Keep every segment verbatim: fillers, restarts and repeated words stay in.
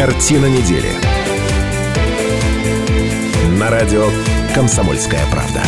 Картина недели. На радио «Комсомольская правда».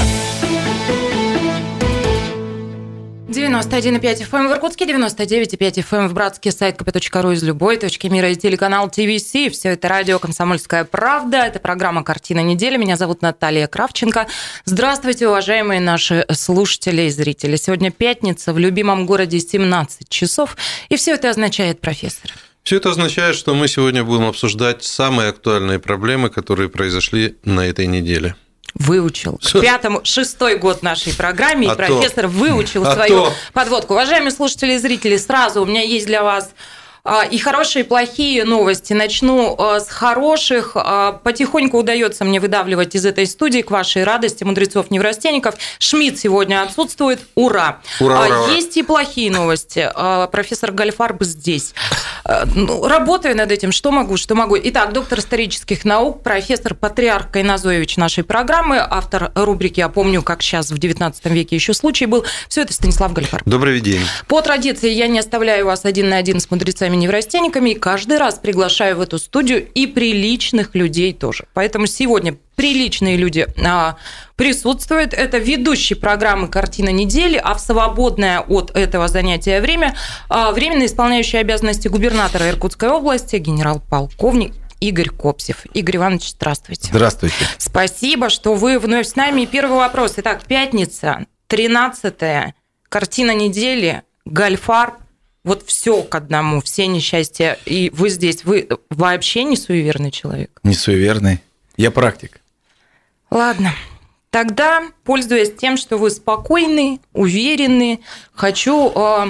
девяносто один и пять эф эм в Иркутске, девяносто девять и пять эф эм в Братске, сайт ка пэ точка ру из любой точки мира и телеканал ти ви си. Все это радио «Комсомольская правда». Это программа «Картина недели». Меня зовут Наталья Кравченко. Здравствуйте, уважаемые наши слушатели и зрители. Сегодня пятница, в любимом городе семнадцать часов. И все это означает, профессор? Все это означает, что мы сегодня будем обсуждать самые актуальные проблемы, которые произошли на этой неделе. Выучил. К пятому, шестой год нашей программе, а и профессор то, выучил а свою то. подводку. Уважаемые слушатели и зрители, сразу у меня есть для вас и хорошие, и плохие новости. Начну с хороших. Потихоньку удается мне выдавливать из этой студии, к вашей радости, мудрецов-неврастенников. Шмидт сегодня отсутствует. Ура! Ура, ура, ура. Есть и плохие новости. Профессор Гальфарб здесь. Ну, работаю над этим. Что могу, что могу. Итак, доктор исторических наук, профессор Патриарх Кайназоевич нашей программы, автор рубрики «Я помню, как сейчас в девятнадцатом веке еще случай был». Все это Станислав Гальфарб. Добрый день. По традиции я не оставляю вас один на один с мудрецами-неврастенниками и каждый раз приглашаю в эту студию и приличных людей тоже. Поэтому сегодня приличные люди присутствуют. Это ведущий программы «Картина недели», а в свободное от этого занятия время временно исполняющий обязанности губернатора Иркутской области генерал-полковник Игорь Копсев. Игорь Иванович, здравствуйте. Здравствуйте. Спасибо, что вы вновь с нами. Первый вопрос. Итак, пятница, тринадцатая, «Картина недели», Гальфарб. Вот все к одному, все несчастья. И вы здесь, вы вообще не суеверный человек? Не суеверный. Я практик. Ладно. Тогда, пользуясь тем, что вы спокойны, уверены, хочу э,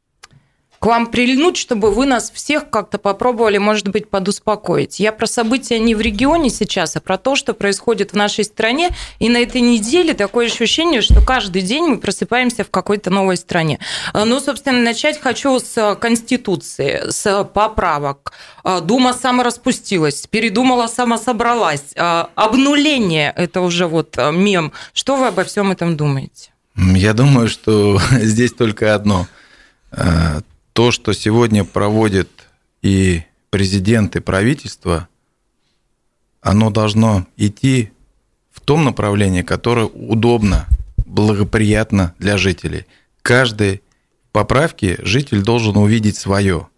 к вам прильнуть, чтобы вы нас всех как-то попробовали, может быть, подуспокоить. Я про события не в регионе сейчас, а про то, что происходит в нашей стране. И на этой неделе такое ощущение, что каждый день мы просыпаемся в какой-то новой стране. Ну, собственно, начать хочу с Конституции, с поправок. Дума самораспустилась, передумала, самособралась. Обнуление – это уже вот мем. Что вы обо всем этом думаете? Я думаю, что здесь только одно. То, что сегодня проводит и президент, и правительство, оно должно идти в том направлении, которое удобно, благоприятно для жителей. Каждой поправке житель должен увидеть свое.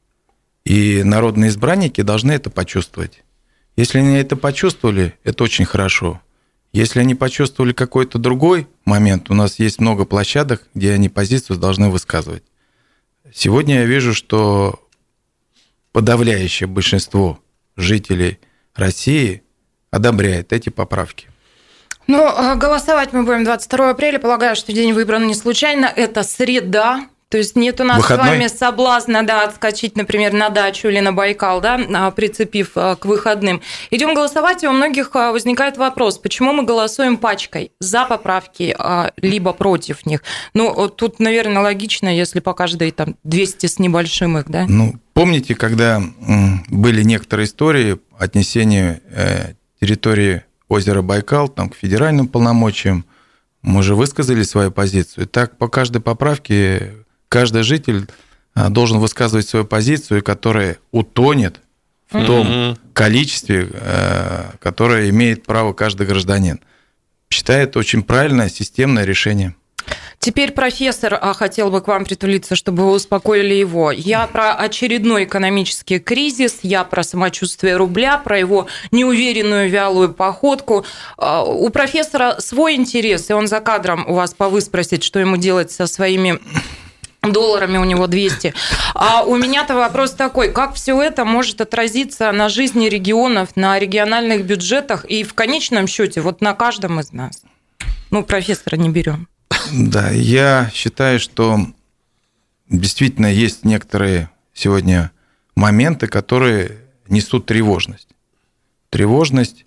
И народные избранники должны это почувствовать. Если они это почувствовали, это очень хорошо. Если они почувствовали какой-то другой момент, у нас есть много площадок, где они позицию должны высказывать. Сегодня я вижу, что подавляющее большинство жителей России одобряет эти поправки. Ну, голосовать мы будем двадцать второго апреля. Полагаю, что день выбран не случайно. Это среда. То есть нет у нас Выходной? с вами соблазна, да, отскочить, например, на дачу или на Байкал, да, прицепив к выходным. Идем голосовать, и у многих возникает вопрос, почему мы голосуем пачкой за поправки, либо против них. Ну, тут, наверное, логично, если по каждой там двести с небольшим их, да? Ну, помните, когда были некоторые истории отнесения территории озера Байкал там, к федеральным полномочиям, мы же высказали свою позицию. Так, по каждой поправке каждый житель должен высказывать свою позицию, которая утонет в том mm-hmm. количестве, которое имеет право каждый гражданин. Считаю, это очень правильное системное решение. Теперь профессор хотел бы к вам притулиться, чтобы вы успокоили его. Я про очередной экономический кризис, я про самочувствие рубля, про его неуверенную вялую походку. У профессора свой интерес, и он за кадром у вас повыспросит, что ему делать со своими долларами, у него двести. А у меня-то вопрос такой, как все это может отразиться на жизни регионов, на региональных бюджетах и в конечном счете вот на каждом из нас? Ну, профессора не берем. Да, я считаю, что действительно есть некоторые сегодня моменты, которые несут тревожность. Тревожность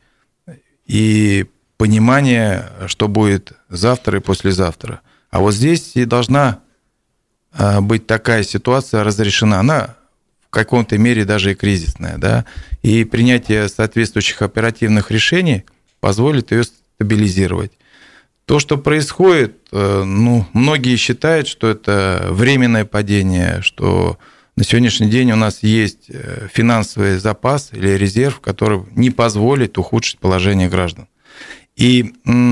и понимание, что будет завтра и послезавтра. А вот здесь и должна быть такая ситуация разрешена. Она в каком-то мере даже и кризисная, да, и принятие соответствующих оперативных решений позволит ее стабилизировать. То, что происходит, ну, многие считают, что это временное падение, что На сегодняшний день у нас есть финансовый запас или резерв, который не позволит ухудшить положение граждан. И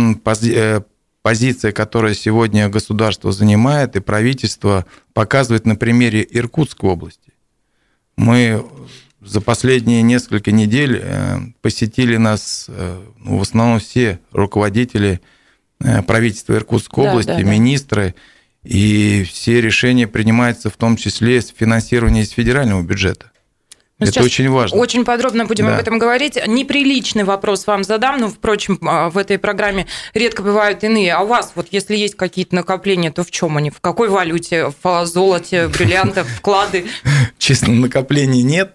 позиция, которую сегодня государство занимает и правительство, показывает на примере Иркутской области. Мы за последние несколько недель посетили нас, ну, в основном все руководители правительства Иркутской области, да, да, министры, и все решения принимаются в том числе с финансирования из федерального бюджета. Мы Это очень важно. Очень подробно будем да. об этом говорить. Неприличный вопрос вам задам, но, впрочем, в этой программе редко бывают иные. А у вас, вот если есть какие-то накопления, то в чем они? В какой валюте? В золоте, бриллиантах, вклады? Честно, накоплений нет.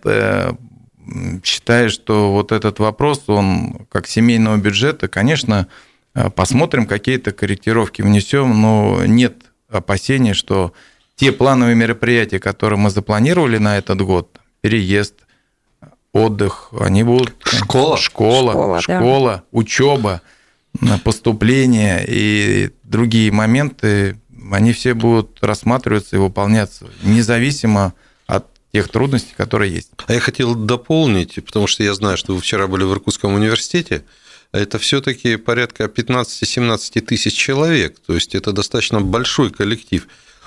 Считаю, что вот этот вопрос, он как семейного бюджета, конечно, посмотрим, какие-то корректировки внесем, но нет опасения, что те плановые мероприятия, которые мы запланировали на этот год, переезд, отдых, они будут... Школа. Школа, школа, школа да. учеба, поступление и другие моменты, они все будут рассматриваться и выполняться, независимо от тех трудностей, которые есть. А я хотел дополнить, потому что я знаю, что вы вчера были в Иркутском университете, это все-таки порядка пятнадцать-семнадцать тысяч человек, то есть это достаточно большой коллектив.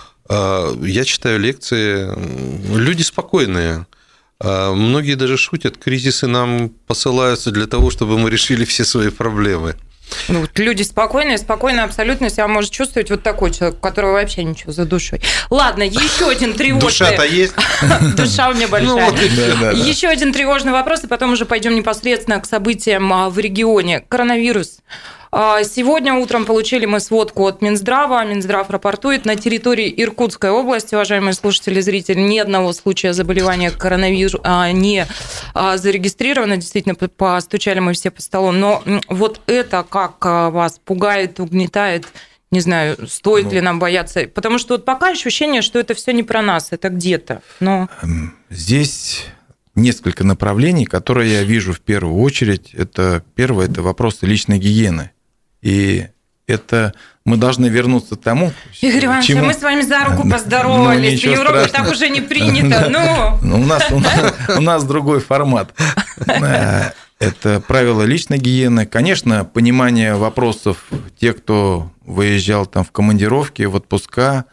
Я читаю лекции, люди спокойные. Многие даже шутят, кризисы нам посылаются для того, чтобы мы решили все свои проблемы. Ну, люди спокойные, спокойно абсолютно себя может чувствовать вот такой человек, у которого вообще ничего за душой. Ладно, еще один тревожный... Душа-то есть? Душа у меня большая. Еще один тревожный вопрос, и потом уже пойдем непосредственно к событиям в регионе. Коронавирус. Сегодня утром получили мы сводку от Минздрава. Минздрав рапортует, на территории Иркутской области, уважаемые слушатели и зрители, ни одного случая заболевания коронавирусом не зарегистрировано. Действительно, постучали мы все по столу. Но вот это как вас пугает, угнетает? Не знаю, стоит ну, ли нам бояться? Потому что вот пока ощущение, что это все не про нас, это где-то. Но... Здесь... Несколько направлений, которые я вижу в первую очередь. Это первое, это вопросы личной гигиены. И это мы должны вернуться к тому, Игорь Иванович, чему... мы с вами за руку поздоровались. Ну, в Европе так уже не принято. Ну. Ну, у, нас, у, нас, у нас другой формат. Это правила личной гигиены. Конечно, понимание вопросов тех, кто выезжал там в командировки, в отпуска,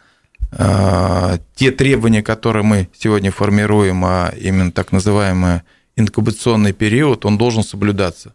те требования, которые мы сегодня формируем, а именно так называемый инкубационный период, он должен соблюдаться.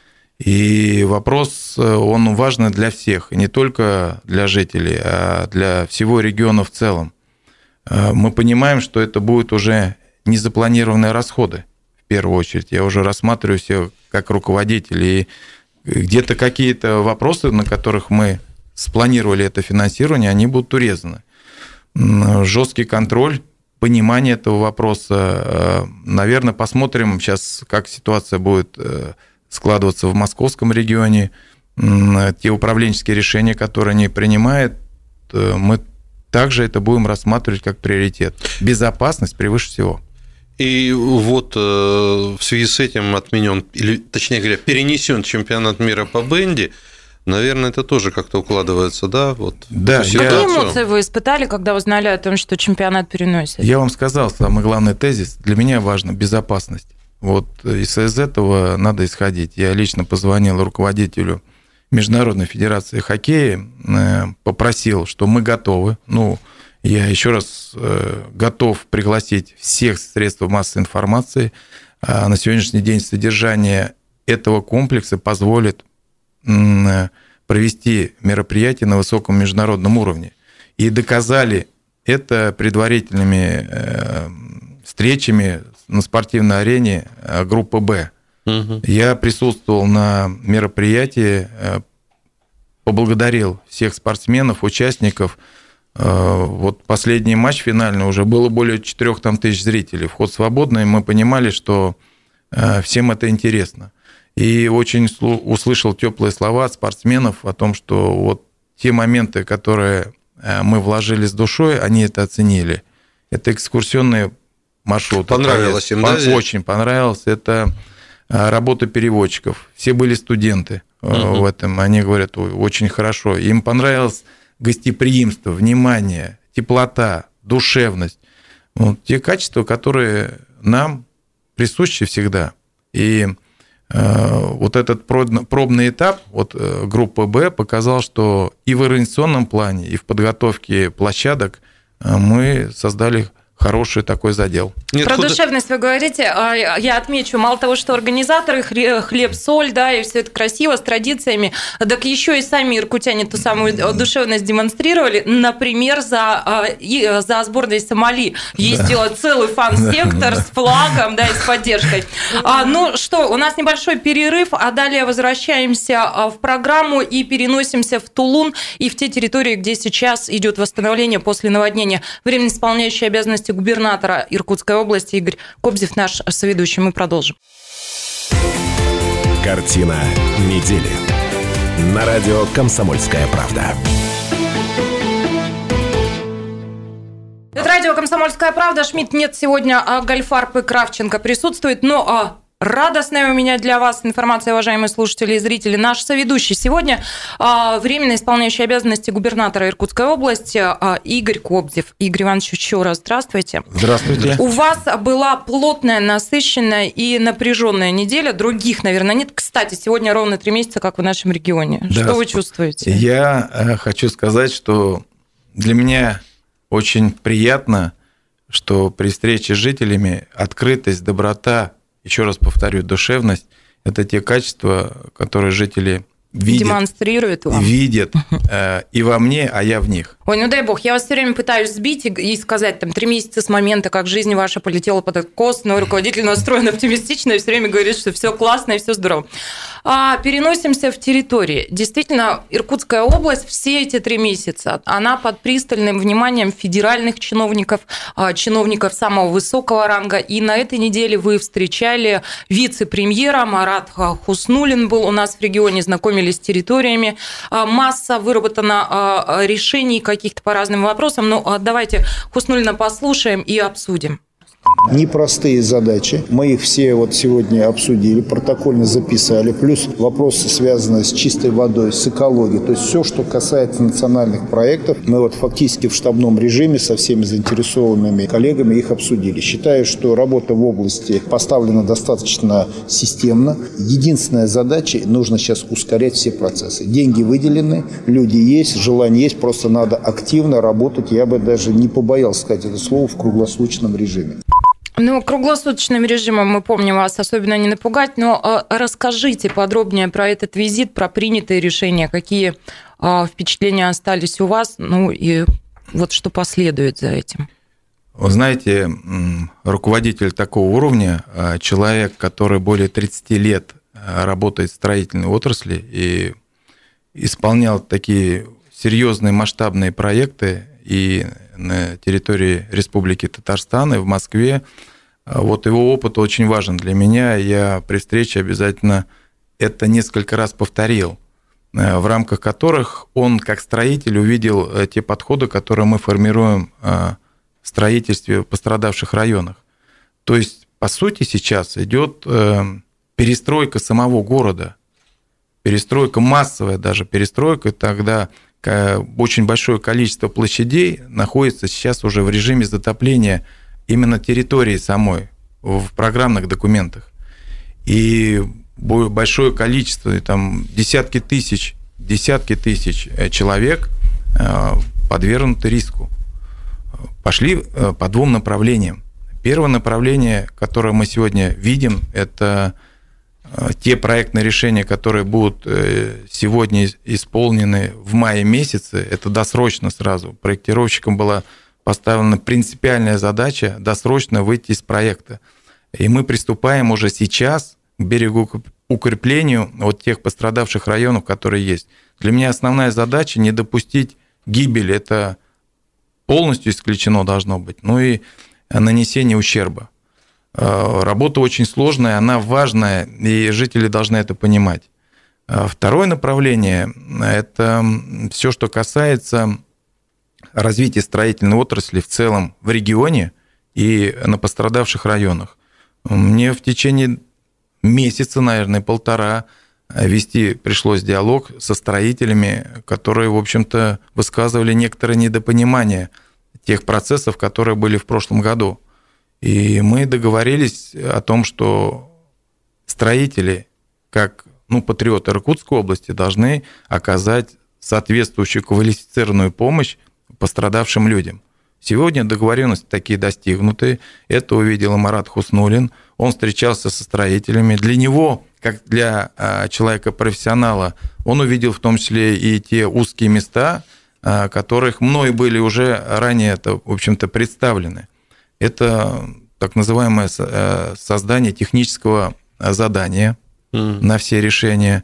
И вопрос, он важный для всех, и не только для жителей, а для всего региона в целом. Мы понимаем, что это будут уже незапланированные расходы, в первую очередь. Я уже рассматриваю все как руководитель, и где-то какие-то вопросы, на которых мы спланировали это финансирование, они будут урезаны. Жесткий контроль, понимание этого вопроса. Наверное, посмотрим сейчас, как ситуация будет складываться в московском регионе. Те управленческие решения, которые они принимают, мы также это будем рассматривать как приоритет. Безопасность превыше всего. И вот в связи с этим отменен, или точнее говоря, перенесен чемпионат мира по бенди. Наверное, это тоже как-то укладывается, да? Вот да. Какие я... эмоции вы испытали, когда узнали о том, что чемпионат переносит? Я вам сказал, самый главный тезис. Для меня важна безопасность. Вот из этого надо исходить. Я лично позвонил руководителю Международной федерации хоккея, попросил, что мы готовы. Ну, я еще раз готов пригласить всех средств массовой информации. На сегодняшний день содержание этого комплекса позволит провести мероприятие на высоком международном уровне. И доказали это предварительными встречами на спортивной арене группы «Б». Угу. Я присутствовал на мероприятии, поблагодарил всех спортсменов, участников. Вот последний матч финальный, уже было более четырех тысяч зрителей. Вход свободный, мы понимали, что всем это интересно. И очень услышал теплые слова от спортсменов о том, что вот те моменты, которые мы вложили с душой, они это оценили. Это экскурсионные маршруты. Понравилось им, да? Очень понравилось. Это работа переводчиков. Все были студенты uh-huh. в этом. Они говорят, очень хорошо. Им понравилось гостеприимство, внимание, теплота, душевность. Вот, те качества, которые нам присущи всегда. И э, вот этот пробный этап вот, группы «Б» показал, что и в организационном плане, и в подготовке площадок мы создали хороший такой задел. Нет, Про худо... душевность вы говорите. Я отмечу, мало того, что организаторы, хлеб, соль, да, и все это красиво, с традициями, так еще и сами иркутяне ту самую душевность демонстрировали. Например, за, за сборной Сомали ездила да. целый фан-сектор да, с флагом, да, и с поддержкой. А, ну что, у нас небольшой перерыв, а далее возвращаемся в программу и переносимся в Тулун и в те территории, где сейчас идет восстановление после наводнения. Временно исполняющий обязанности губернатора Иркутской области Игорь Кобзев, наш соведущий. Мы продолжим. Картина недели. На радио «Комсомольская правда». Это радио «Комсомольская правда». Шмидт нет сегодня, а Гольфарб и Кравченко присутствует. Но радостная у меня для вас информация, уважаемые слушатели и зрители. Наш соведущий сегодня временно исполняющий обязанности губернатора Иркутской области Игорь Кобзев. Игорь Иванович, еще раз здравствуйте. Здравствуйте. У вас была плотная, насыщенная и напряженная неделя. Других, наверное, нет. Кстати, сегодня ровно три месяца, как в нашем регионе. Да, что вы чувствуете? Я хочу сказать, что для меня очень приятно, что при встрече с жителями открытость, доброта, еще раз повторю, душевность – это те качества, которые жители видят, демонстрируют вам. Видят э, и во мне, а я в них. Ой, ну дай бог, я вас все время пытаюсь сбить и, и сказать, там, три месяца с момента, как жизнь ваша полетела под откос, но руководитель настроен оптимистично и все время говорит, что все классно и все здорово. А, переносимся в территории. Действительно, Иркутская область все эти три месяца, она под пристальным вниманием федеральных чиновников, чиновников самого высокого ранга. И на этой неделе вы встречали вице-премьера Марат Хуснуллин был у нас в регионе, знакомились с территориями. Масса выработана решений каких-то по разным вопросам. Но давайте Хуснуллина послушаем и обсудим. Непростые задачи. Мы их все вот сегодня обсудили, протокольно записали. Плюс вопросы, связанные с чистой водой, с экологией. То есть все, что касается национальных проектов, мы вот фактически в штабном режиме со всеми заинтересованными коллегами их обсудили. Считаю, что работа в области поставлена достаточно системно. Единственная задача – нужно сейчас ускорять все процессы. Деньги выделены, люди есть, желание есть, просто надо активно работать. Я бы даже не побоялся сказать это слово в круглосуточном режиме. Ну, круглосуточным режимом мы помним вас особенно не напугать, но расскажите подробнее про этот визит, про принятые решения, какие впечатления остались у вас, ну и вот что последует за этим. Вы знаете, руководитель такого уровня, человек, который более тридцати лет работает в строительной отрасли и исполнял такие серьезные масштабные проекты и на территории Республики Татарстан и в Москве. Вот его опыт очень важен для меня. Я при встрече обязательно это несколько раз повторил, в рамках которых он, как строитель, увидел те подходы, которые мы формируем в строительстве в пострадавших районах. То есть, по сути, сейчас идет перестройка самого города, перестройка массовая даже перестройка, тогда очень большое количество площадей находится сейчас уже в режиме затопления именно территории самой в программных документах. И большое количество, там десятки тысяч, десятки тысяч человек подвергнуты риску. Пошли по двум направлениям. Первое направление, которое мы сегодня видим, это те проектные решения, которые будут сегодня исполнены в мае месяце, это досрочно сразу. Проектировщикам была поставлена принципиальная задача досрочно выйти из проекта. И мы приступаем уже сейчас к берегоукреплению вот тех пострадавших районов, которые есть. Для меня основная задача не допустить гибели, это полностью исключено должно быть, ну и нанесение ущерба. Работа очень сложная, она важная, и жители должны это понимать. Второе направление – это все, что касается развития строительной отрасли в целом в регионе и на пострадавших районах. Мне в течение месяца, наверное, полтора вести пришлось диалог со строителями, которые, в общем-то, высказывали некоторое недопонимание тех процессов, которые были в прошлом году. И мы договорились о том, что строители, как ну, патриоты Иркутской области, должны оказать соответствующую квалифицированную помощь пострадавшим людям. Сегодня договоренности такие достигнуты. Это увидел Марат Хуснуллин. Он встречался со строителями. Для него, как для человека-профессионала, он увидел в том числе и те узкие места, которых мной были уже ранее, это, в общем-то, представлены. Это так называемое создание технического задания mm. на все решения.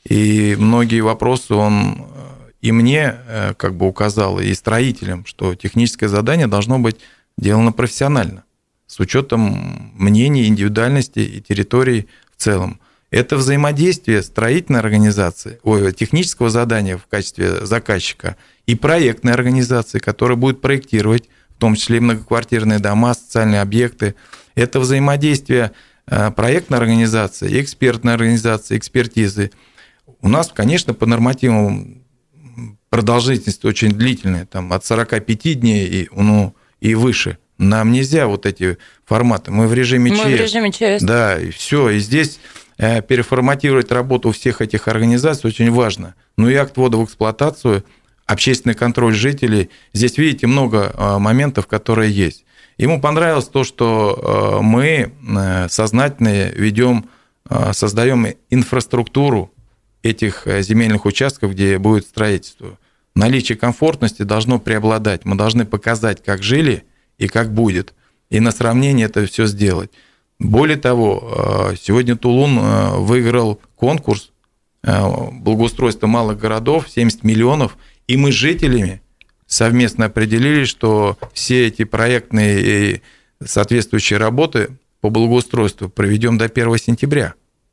И многие вопросы он и мне как бы указал, и строителям, что техническое задание должно быть сделано профессионально, с учетом мнений, индивидуальности и территорий в целом. Это взаимодействие строительной организации, ой, технического задания в качестве заказчика и проектной организации, которая будет проектировать, в том числе и многоквартирные дома, социальные объекты. Это взаимодействие проектной организации и экспертной организации, экспертизы. У нас, конечно, по нормативам продолжительность очень длительная, там от сорока пяти дней и, ну, и выше. Нам нельзя вот эти форматы. Мы в режиме ЧС. Мы в режиме ЧС. Да, и все. И здесь переформатировать работу всех этих организаций очень важно. Ну и акт ввода в эксплуатацию, общественный контроль жителей. Здесь, видите, много моментов, которые есть. Ему понравилось то, что мы сознательно ведем, создаем инфраструктуру этих земельных участков, где будет строительство. Наличие комфортности должно преобладать. Мы должны показать, как жили и как будет. И на сравнение это все сделать. Более того, сегодня Тулун выиграл конкурс благоустройства малых городов, семьдесят миллионов, и мы с жителями совместно определили, что все эти проектные и соответствующие работы по благоустройству проведем до первого сентября.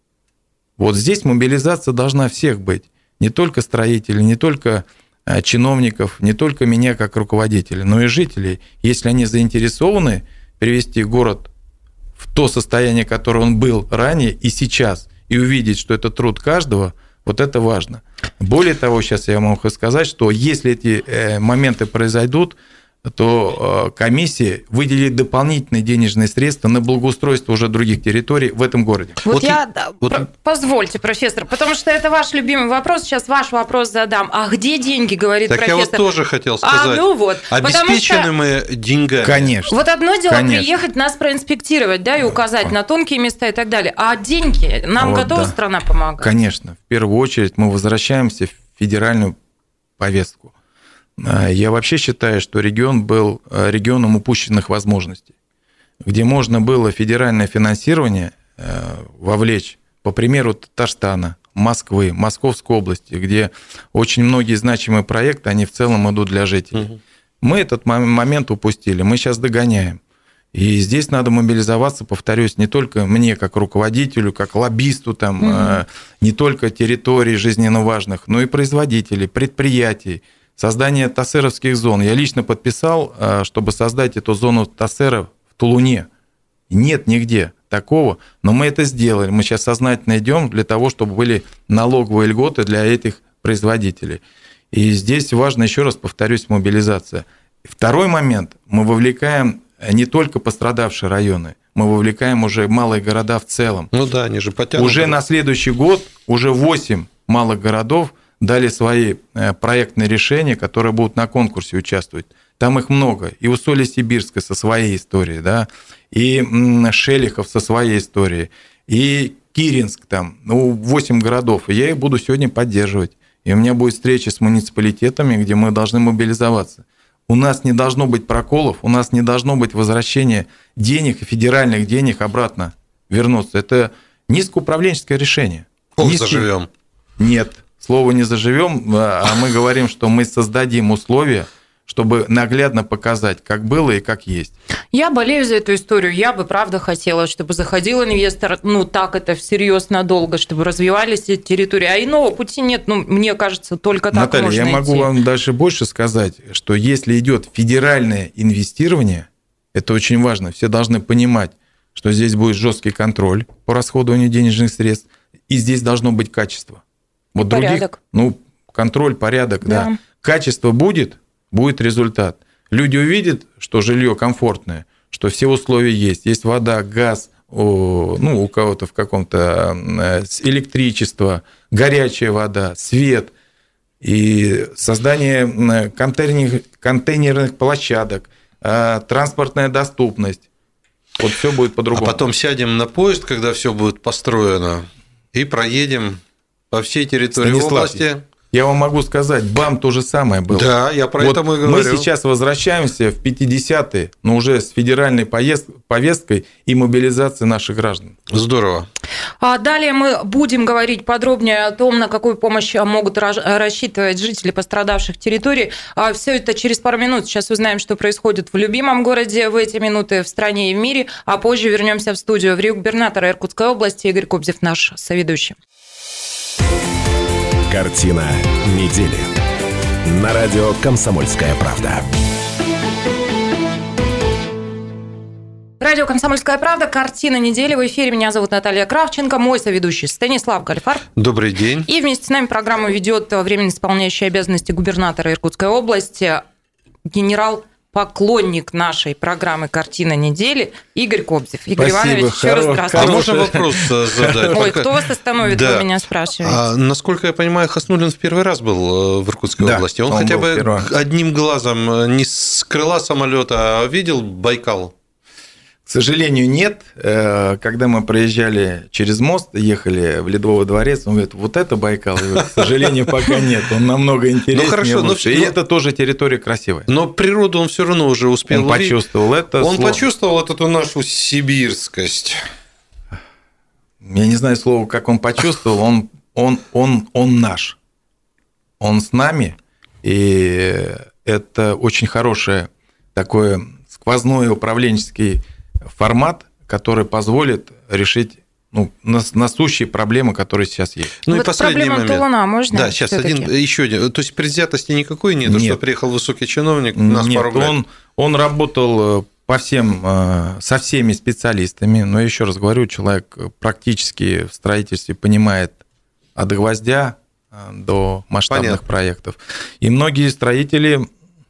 Вот здесь мобилизация должна всех быть. Не только строителей, не только чиновников, не только меня как руководителя, но и жителей. Если они заинтересованы привести город в то состояние, которое он был ранее и сейчас, и увидеть, что это труд каждого, вот это важно. Более того, сейчас я могу сказать, что если эти моменты произойдут, то комиссия выделит дополнительные денежные средства на благоустройство уже других территорий в этом городе. Вот, вот я... Вот... Про... Позвольте, профессор, потому что это ваш любимый вопрос, сейчас ваш вопрос задам. А где деньги, говорит так профессор? Так я вот тоже хотел сказать. А, ну вот. Обеспечены что... мы деньгами. Конечно. Вот одно дело Конечно. приехать, нас проинспектировать, да, и указать на тонкие места и так далее. А деньги? Нам вот, готова да. страна помогать? Конечно. В первую очередь мы возвращаемся в федеральную повестку. Я вообще считаю, что регион был регионом упущенных возможностей, где можно было федеральное финансирование вовлечь, по примеру Татарстана, Москвы, Московской области, где очень многие значимые проекты, они в целом идут для жителей. Угу. Мы этот момент упустили, мы сейчас догоняем. И здесь надо мобилизоваться, повторюсь, не только мне, как руководителю, как лоббисту, там, угу. не только территорий жизненно важных, но и производителей, предприятий, создание тассеровских зон. Я лично подписал, чтобы создать эту зону тассеров в Тулуне. Нет нигде такого, но мы это сделали. Мы сейчас сознательно идем для того, чтобы были налоговые льготы для этих производителей. И здесь важно, еще раз повторюсь, мобилизация. Второй момент. Мы вовлекаем не только пострадавшие районы, мы вовлекаем уже малые города в целом. Ну да, они же потянут. Уже на следующий год уже восемь малых городов дали свои проектные решения, которые будут на конкурсе участвовать. Там их много. И Усолье-Сибирское со своей историей, да, и Шелихов со своей историей, и Киренск там, ну, восемь городов. И я их буду сегодня поддерживать. И у меня будет встреча с муниципалитетами, где мы должны мобилизоваться. У нас не должно быть проколов, у нас не должно быть возвращения денег и федеральных денег обратно вернуться. Это низкоуправленческое решение. Ох, Низкий... заживем. Нет. Слово не заживем, а мы говорим, что мы создадим условия, чтобы наглядно показать, как было и как есть. Я болею за эту историю. Я бы, правда, хотела, чтобы заходил инвестор, ну, так это всерьез надолго, чтобы развивались эти территории. А иного пути нет, ну, мне кажется, только так Наталья, можно я идти. могу вам дальше больше сказать, что если идет федеральное инвестирование, это очень важно. Все должны понимать, что здесь будет жесткий контроль по расходованию денежных средств, и здесь должно быть качество. Вот порядок. Других, ну, контроль, порядок, да. да. Качество будет, будет результат. люди увидят, что жилье комфортное, что все условия есть, есть вода, газ, ну, у кого-то в каком-то электричество, горячая вода, свет и создание контейнерных, контейнерных площадок, транспортная доступность. Вот все будет по-другому. А потом сядем на поезд, когда все будет построено, и проедем по всей территории Станислав, области. Я вам могу сказать, БАМ то же самое было. Да, я про вот это мы говорим. Мы сейчас возвращаемся в пятидесятые, но уже с федеральной повесткой и мобилизацией наших граждан. Здорово. А далее мы будем говорить подробнее о том, на какую помощь могут рассчитывать жители пострадавших территорий. Все это через пару минут. Сейчас узнаем, что происходит в любимом городе в эти минуты, в стране и в мире. А позже вернемся в студию. В Рио губернатора Иркутской области Игорь Кобзев, наш соведущий. Картина недели. На радио «Комсомольская правда». Радио «Комсомольская правда». Картина недели. В эфире. Меня зовут Наталья Кравченко. Мой соведущий Станислав Гальфар. Добрый день. И вместе с нами программу ведет временно исполняющий обязанности губернатора Иркутской области, генерал-поклонник нашей программы «Картина недели» Игорь Кобзев. Игорь Спасибо, Иванович, еще раз здравствуйте. А можно вопрос задать? Ой, кто вас остановит, да. вы меня спрашиваете. А, насколько я понимаю, Хаснуллин в первый раз был в Иркутской да, области. Он, он хотя бы первый. одним глазом, не с крыла самолета, а видел Байкал? К сожалению, нет. Когда мы проезжали через мост, ехали в Ледовый дворец, он говорит, вот это Байкал. Я говорю, к сожалению, пока нет. Он намного интереснее. Ну, хорошо, лучше. но... И это тоже территория красивая. Но природу он все равно уже успел Он почувствовал это. Он слово. почувствовал эту нашу сибирскость. Я не знаю слова, как он почувствовал. Он, он, он, он наш. Он с нами. И это очень хорошее такое сквозной управленческий формат, который позволит решить ну, насущие проблемы, которые сейчас есть. Ну вот и последний проблема момент. Тулуна можно? Да, сейчас один, еще один. То есть предвзятости никакой нет, нет. что приехал высокий чиновник, нас нет, поругать. Он, он работал по всем, со всеми специалистами, но еще раз говорю, человек практически в строительстве понимает от гвоздя до масштабных Понятно. проектов. И многие строители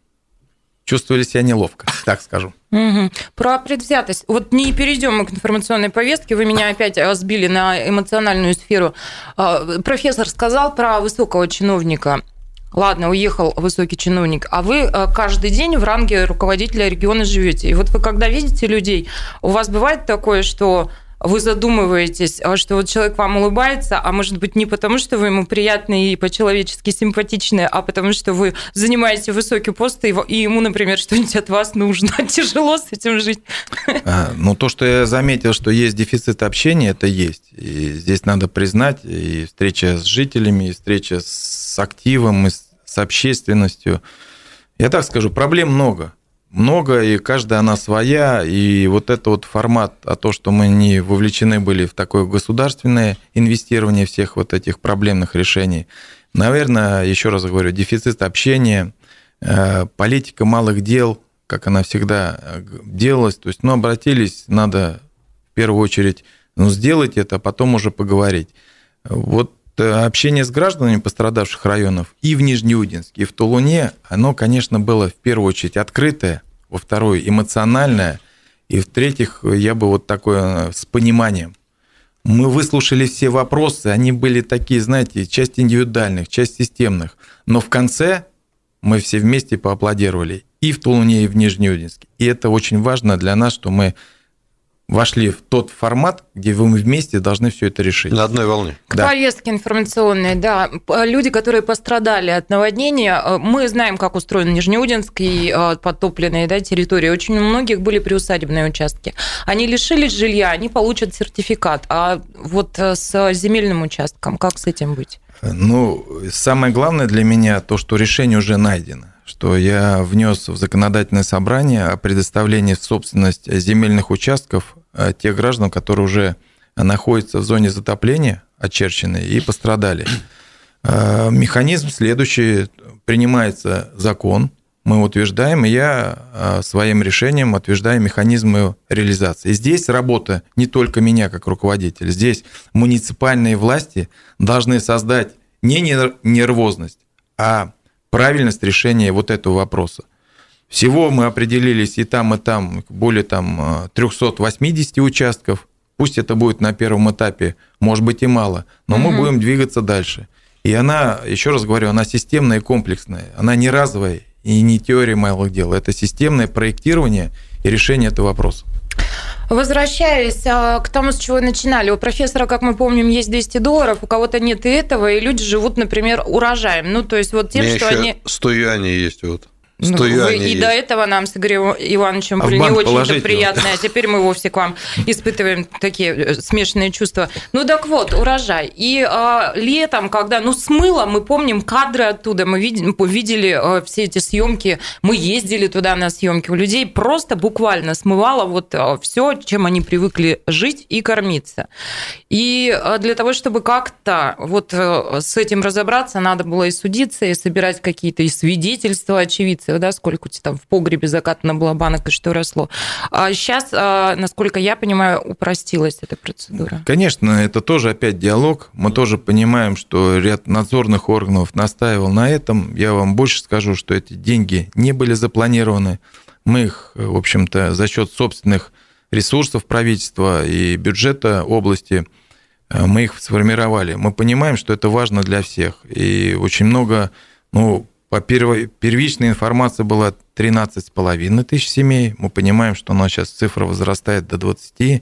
чувствовали себя неловко, так скажу. Угу. Про предвзятость. Вот не перейдем мы к информационной повестке. Вы меня опять сбили на эмоциональную сферу. Профессор сказал про высокого чиновника. Ладно, уехал высокий чиновник, а вы каждый день в ранге руководителя региона живете. И вот вы когда видите людей, у вас бывает такое, что вы задумываетесь, что вот человек вам улыбается, а может быть не потому, что вы ему приятны и по-человечески симпатичны, а потому что вы занимаете высокий пост, и ему, например, что-нибудь от вас нужно. Тяжело с этим жить. А, ну, то, что я заметил, что есть дефицит общения, это есть. И здесь надо признать, и встреча с жителями, и встреча с активом, и с общественностью. Я так скажу, проблем много. Много, и каждая она своя, и вот это вот формат, а то, что мы не вовлечены были в такое государственное инвестирование всех вот этих проблемных решений, наверное, еще раз говорю, дефицит общения, политика малых дел, как она всегда делалась, то есть, ну, обратились, надо в первую очередь, ну, сделать это, а потом уже поговорить. Вот общение с гражданами пострадавших районов и в Нижнеудинске, и в Тулуне, оно, конечно, было в первую очередь открытое, во вторую эмоциональное, и в-третьих, я бы вот такое с пониманием. Мы выслушали все вопросы, они были такие, знаете, часть индивидуальных, часть системных, но в конце мы все вместе поаплодировали и в Тулуне, и в Нижнеудинске. И это очень важно для нас, что мы вошли в тот формат, где мы вместе должны все это решить. На одной волне. К да. повестке информационной, да. Люди, которые пострадали от наводнения, мы знаем, как устроен Нижнеудинск и подтопленные, да, территории. Очень у многих были приусадебные участки. Они лишились жилья, они получат сертификат. А вот с земельным участком, как с этим быть? Ну, самое главное для меня то, что решение уже найдено. Что я внес в законодательное собрание о предоставлении в собственность земельных участков тех граждан, которые уже находятся в зоне затопления, очерченные, и пострадали. Механизм следующий. Принимается закон, мы утверждаем, и я своим решением утверждаю механизм его реализации. И здесь работа не только меня как руководителя, здесь муниципальные власти должны создать не нервозность, а правильность решения вот этого вопроса. Всего мы определились и там, и там более там, триста восемьдесят участков. Пусть это будет на первом этапе, может быть, и мало, но угу. мы будем двигаться дальше. И она, еще раз говорю, она системная и комплексная. Она не разовая и не теория малых дел. Это системное проектирование и решение этого вопроса. Возвращаясь к тому, с чего начинали, у профессора, как мы помним, есть двести долларов, у кого-то нет и этого, и люди живут, например, урожаем. Ну, то есть вот тем, что они... сто юаней есть вот. Ну, вы и есть. До этого нам с Игорем Ивановичем а были не очень приятные, а теперь мы вовсе к вам испытываем такие смешанные чувства. Ну так вот, урожай. И э, летом, когда, ну, смыло, мы помним кадры оттуда, мы видели, видели э, все эти съемки, мы ездили туда на съемки, у людей просто буквально смывало вот э, все, чем они привыкли жить и кормиться. И э, для того, чтобы как-то вот э, с этим разобраться, надо было и судиться, и собирать какие-то и свидетельства очевидцев, да, сколько у тебя там в погребе закатано было банок и что росло. А сейчас, насколько я понимаю, упростилась эта процедура. Конечно, это тоже опять диалог. Мы тоже понимаем, что ряд надзорных органов настаивал на этом. Я вам больше скажу, что эти деньги не были запланированы. Мы их, в общем-то, за счет собственных ресурсов правительства и бюджета области мы их сформировали. Мы понимаем, что это важно для всех. И очень много, ну, по первой, первичной информации была тринадцать с половиной тысяч семей. Мы понимаем, что у нас сейчас цифра возрастает до двадцати,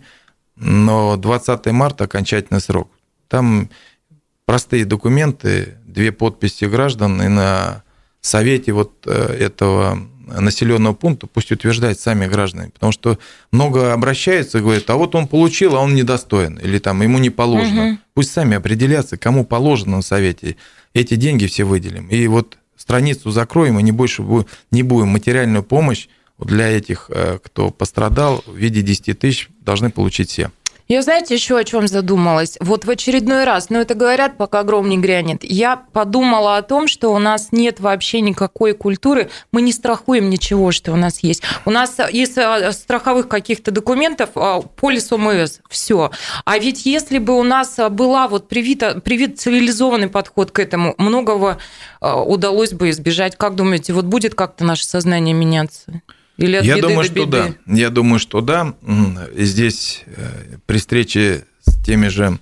но двадцатого марта окончательный срок. Там простые документы, две подписи граждан, и на совете вот этого населенного пункта пусть утверждают сами граждане. Потому что много обращаются и говорят, а вот он получил, а он недостоин, или там ему не положено. Угу. Пусть сами определятся, кому положено на совете. Эти деньги все выделим. И вот страницу закроем, и не больше не будем материальную помощь для этих, кто пострадал, в виде десяти тысяч должны получить все. Я, знаете, еще о чем задумалась? Вот в очередной раз, ну это говорят, пока гром не грянет, я подумала о том, что у нас нет вообще никакой культуры, мы не страхуем ничего, что у нас есть. У нас из страховых каких-то документов полис ОМС, все. А ведь если бы у нас была вот привита, привит цивилизованный подход к этому, многого удалось бы избежать. Как думаете, вот будет как-то наше сознание меняться? Или от Я беды думаю, до что беды? да. Я думаю, что да. Здесь при встрече с теми же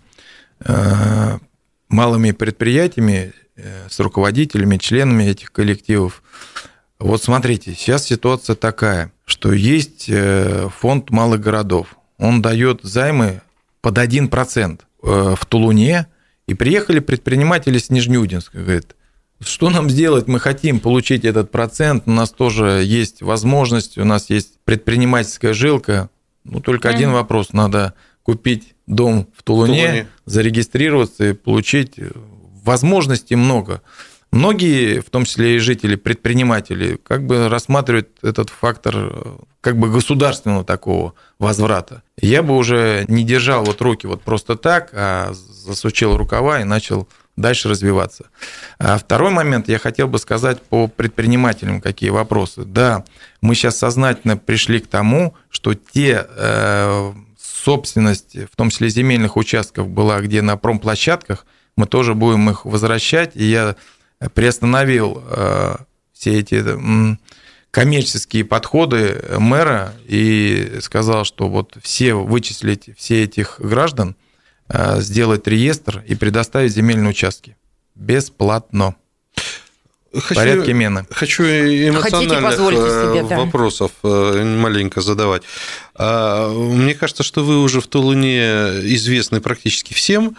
малыми предприятиями, с руководителями, членами этих коллективов. Вот смотрите, сейчас ситуация такая, что есть фонд малых городов. Он дает займы под один процент в Тулуне. И приехали предприниматели с Нижнеудинска. Говорят, что нам сделать? Мы хотим получить этот процент, у нас тоже есть возможность, у нас есть предпринимательская жилка. Ну, только mm-hmm. один вопрос, надо купить дом в Тулуне, в Тулуне, зарегистрироваться и получить. Возможностей много. Многие, в том числе и жители, предприниматели, как бы рассматривают этот фактор как бы государственного такого возврата. Я бы уже не держал вот руки вот просто так, а засучил рукава и начал дальше развиваться. А второй момент я хотел бы сказать по предпринимателям, какие вопросы. Да, мы сейчас сознательно пришли к тому, что те э, собственности, в том числе земельных участков, была где на промплощадках, мы тоже будем их возвращать. И я приостановил э, все эти э, коммерческие подходы мэра и сказал, что вот все вычислить все этих граждан, сделать реестр и предоставить земельные участки. Бесплатно. Хочу, в порядке мены. Хочу эмоциональных себе, да. вопросов маленько задавать. Мне кажется, что вы уже в Тулуне известны практически всем.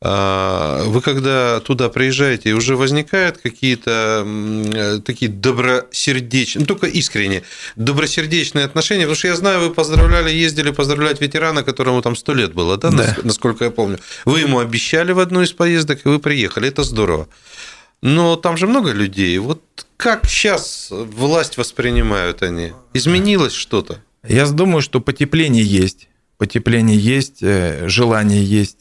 Вы когда туда приезжаете, уже возникают какие-то такие добросердечные, ну, только искренне, добросердечные отношения? Потому что я знаю, вы поздравляли, ездили поздравлять ветерана, которому там сто лет было, да, да, насколько я помню. Вы ему обещали в одну из поездок, и вы приехали, это здорово. Но там же много людей. Вот как сейчас власть воспринимают они? Изменилось что-то? Я думаю, что потепление есть. Потепление есть, желание есть.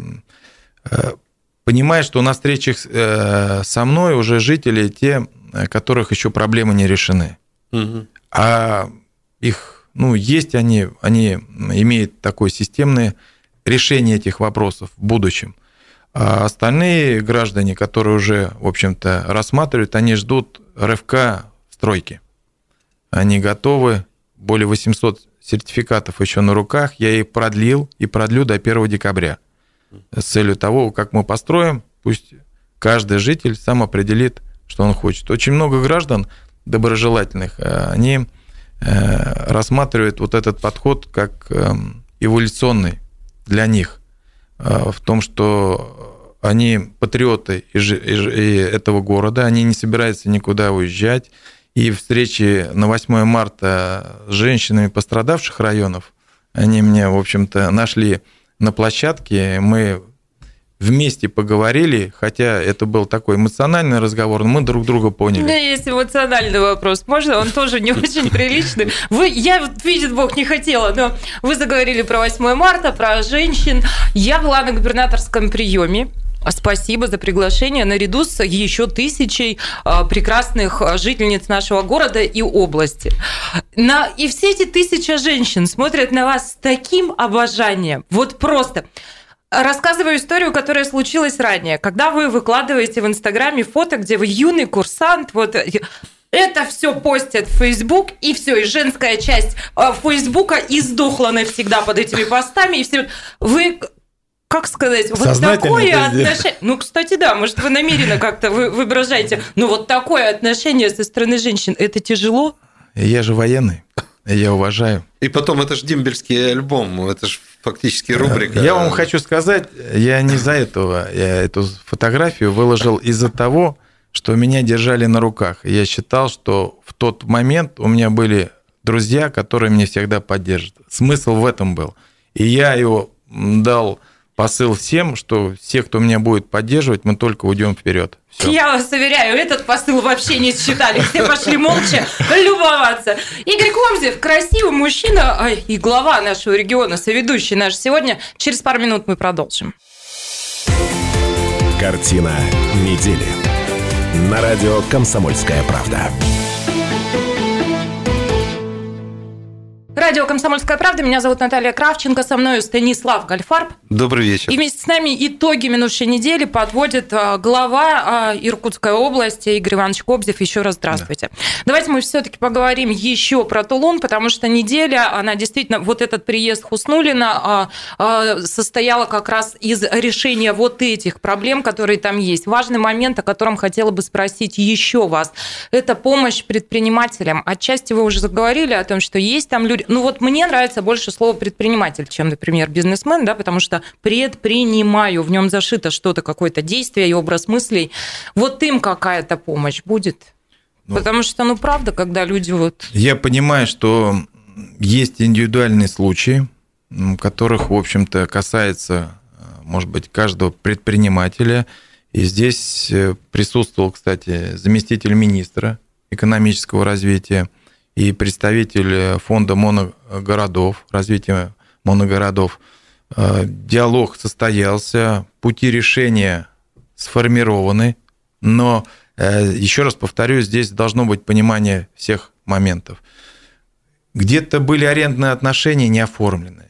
Понимая, что на встречах со мной уже жители те, которых еще проблемы не решены. Угу. А их, ну, есть они, они имеют такое системное решение этих вопросов в будущем. А остальные граждане, которые уже, в общем-то, рассматривают, они ждут рывка стройки. они готовы, более восемьсот сертификатов еще на руках, я их продлил и продлю до первого декабря с целью того, как мы построим, пусть каждый житель сам определит, что он хочет. Очень много граждан доброжелательных, они рассматривают вот этот подход как эволюционный для них, в том, что они патриоты этого города, они не собираются никуда уезжать, и встречи на восьмое марта с женщинами пострадавших районов, они мне, в общем-то, нашли на площадке, мы вместе поговорили, хотя это был такой эмоциональный разговор, но мы друг друга поняли. У меня есть эмоциональный вопрос. Можно? Он тоже не очень приличный. Вы, я, вот, видит Бог, не хотела, но вы заговорили про восьмое марта, про женщин. Я была на губернаторском приеме. Спасибо за приглашение наряду с еще тысячей прекрасных жительниц нашего города и области. На... И все эти тысячи женщин смотрят на вас с таким обожанием. Вот просто... Рассказываю историю, которая случилась ранее. Когда вы выкладываете в Инстаграме фото, где вы юный курсант, вот это все постят в Фейсбук, и все, и женская часть Фейсбука издохла навсегда под этими постами, и все. Вы, как сказать, вот такое отношение... Ну, кстати, да, может, вы намеренно как-то вы выражаете, но вот такое отношение со стороны женщин, это тяжело? Я же военный. Я уважаю. И потом, это же дембельский альбом, это же фактически рубрика. Я вам хочу сказать, я не из-за этого, я эту фотографию выложил из-за того, что меня держали на руках. Я считал, что в тот момент у меня были друзья, которые меня всегда поддержат. Смысл в этом был. И я его дал посыл всем, что все, кто меня будет поддерживать, мы только уйдем вперед. Всё. Я вас уверяю, этот посыл вообще не считали. Все пошли молча любоваться. Игорь Кобзев, красивый мужчина и глава нашего региона, соведущий наш сегодня. Через пару минут мы продолжим. Картина недели. На радио «Комсомольская правда». Радио «Комсомольская правда». Меня зовут Наталья Кравченко. Со мной Станислав Гальфарб. Добрый вечер. И вместе с нами итоги минувшей недели подводит глава Иркутской области Игорь Иванович Кобзев. Еще раз здравствуйте. Да. Давайте мы все-таки поговорим еще про Тулун, потому что неделя, она действительно, вот этот приезд Хуснуллина состояла как раз из решения вот этих проблем, которые там есть. Важный момент, о котором хотела бы спросить еще вас, это помощь предпринимателям. Отчасти вы уже заговорили о том, что есть там люди. Ну вот мне нравится больше слово предприниматель, чем, например, бизнесмен, да, потому что предпринимаю, в нем зашито что-то, какое-то действие и образ мыслей. Вот им какая-то помощь будет? Ну, потому что, ну, правда, когда люди вот... Я понимаю, что есть индивидуальные случаи, которых, в общем-то, касается, может быть, каждого предпринимателя. И здесь присутствовал, кстати, заместитель министра экономического развития и представитель фонда моногородов, развития моногородов. Диалог состоялся, пути решения сформированы, но, еще раз повторю, здесь должно быть понимание всех моментов. Где-то были арендные отношения не оформлены,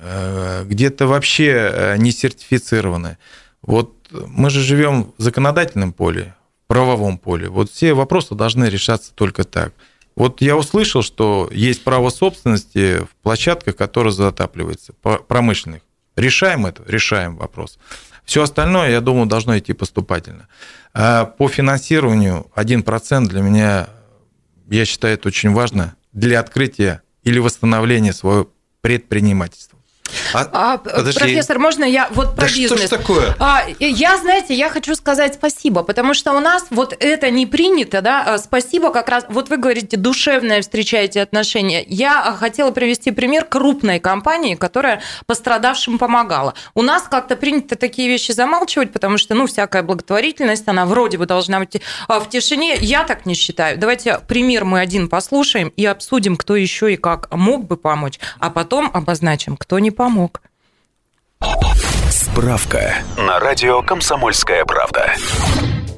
где-то вообще не сертифицированы. Вот мы же живем в законодательном поле, в правовом поле. Вот все вопросы должны решаться только так. Вот я услышал, что есть право собственности в площадках, которые затапливаются, промышленных. Решаем это? Решаем вопрос. Все остальное, я думаю, должно идти поступательно. А по финансированию один процент для меня, я считаю, это очень важно для открытия или восстановления своего предпринимательства. А, профессор, можно я вот про да бизнес? Что ж такое? А, я, знаете, я хочу сказать спасибо, потому что у нас вот это не принято, да, спасибо как раз, вот вы говорите, душевное встречаете отношения. Я хотела привести пример крупной компании, которая пострадавшим помогала. У нас как-то принято такие вещи замалчивать, потому что, ну, всякая благотворительность, она вроде бы должна быть в тишине. Я так не считаю. Давайте пример мы один послушаем и обсудим, кто еще и как мог бы помочь, а потом обозначим, кто не помог. Справка на радио «Комсомольская правда».